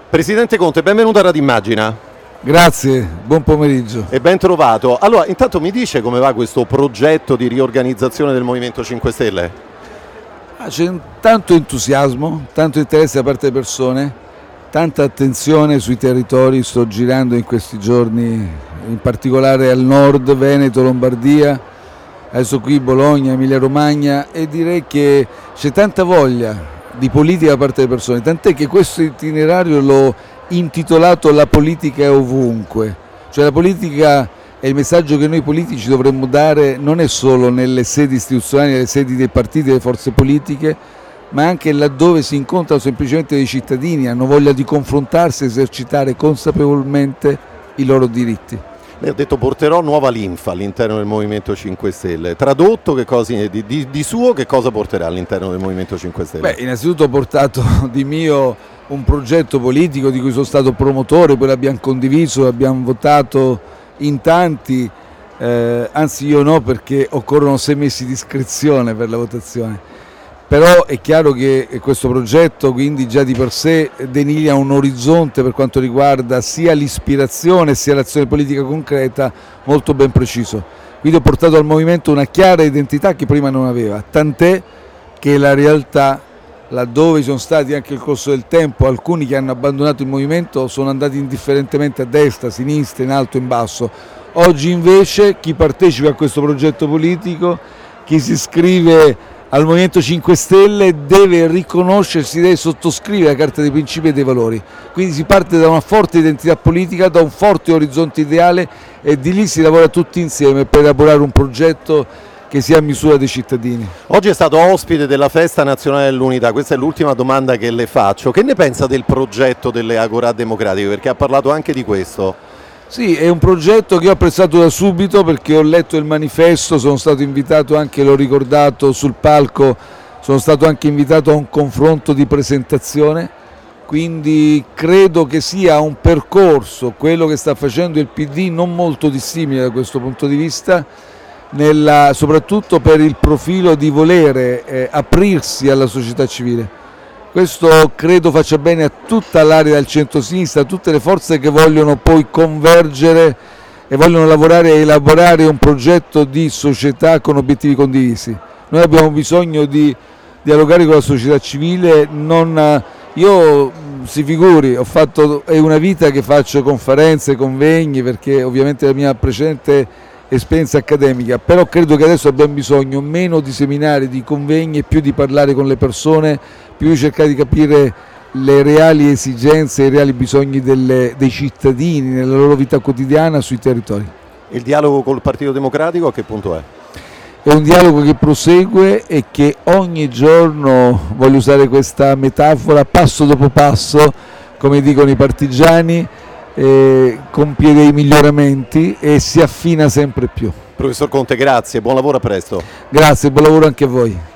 Presidente Conte, benvenuto a Radio Immagina. Grazie, buon pomeriggio. E ben trovato. Allora, intanto mi dice come va questo progetto di riorganizzazione del Movimento 5 Stelle? C'è tanto entusiasmo, tanto interesse da parte delle persone, tanta attenzione sui territori. Sto girando in questi giorni, in particolare al nord, Veneto, Lombardia, adesso qui Bologna, Emilia Romagna, e direi che c'è tanta voglia di politica da parte delle persone, tant'è che questo itinerario l'ho intitolato La politica è ovunque, cioè la politica è il messaggio che noi politici dovremmo dare, non è solo nelle sedi istituzionali, nelle sedi dei partiti e delle forze politiche, ma anche laddove si incontrano semplicemente dei cittadini, hanno voglia di confrontarsi e esercitare consapevolmente i loro diritti. Lei ha detto porterò nuova linfa all'interno del Movimento 5 Stelle. Tradotto, che cosa, di suo, che cosa porterà all'interno del Movimento 5 Stelle? Innanzitutto ho portato di mio un progetto politico di cui sono stato promotore, poi l'abbiamo condiviso, l'abbiamo votato in tanti, anzi io no, perché occorrono 6 mesi di iscrizione per la votazione. Però è chiaro che questo progetto quindi già di per sé delinea un orizzonte per quanto riguarda sia l'ispirazione sia l'azione politica concreta molto ben preciso. Quindi ho portato al movimento una chiara identità che prima non aveva, tant'è che la realtà, laddove sono stati anche nel corso del tempo alcuni che hanno abbandonato il movimento, sono andati indifferentemente a destra, a sinistra, in alto, in basso. Oggi invece chi partecipa a questo progetto politico, chi si iscrive al Movimento 5 Stelle deve riconoscersi, deve sottoscrivere la Carta dei Principi e dei Valori. Quindi si parte da una forte identità politica, da un forte orizzonte ideale, e di lì si lavora tutti insieme per elaborare un progetto che sia a misura dei cittadini. Oggi è stato ospite della Festa Nazionale dell'Unità, questa è l'ultima domanda che le faccio. Che ne pensa del progetto delle Agorà Democratiche? Perché ha parlato anche di questo. Sì, è un progetto che ho apprezzato da subito perché ho letto il manifesto, sono stato invitato anche, l'ho ricordato sul palco, sono stato anche invitato a un confronto di presentazione, quindi credo che sia un percorso, quello che sta facendo il PD, non molto dissimile da questo punto di vista, soprattutto per il profilo di volere aprirsi alla società civile. Questo credo faccia bene a tutta l'area del centro-sinistra, a tutte le forze che vogliono poi convergere e vogliono lavorare e elaborare un progetto di società con obiettivi condivisi. Noi abbiamo bisogno di dialogare con la società civile, io si figuri, è una vita che faccio conferenze, convegni, perché ovviamente la mia precedente esperienza accademica, però credo che adesso abbiamo bisogno meno di seminari, di convegni e più di parlare con le persone, più di cercare di capire le reali esigenze, i reali bisogni dei cittadini nella loro vita quotidiana sui territori. Il dialogo col Partito Democratico a che punto è? È un dialogo che prosegue e che ogni giorno, voglio usare questa metafora, passo dopo passo, come dicono i partigiani, compie dei miglioramenti e si affina sempre più. Professor Conte, grazie, buon lavoro, a presto. Grazie, buon lavoro anche a voi.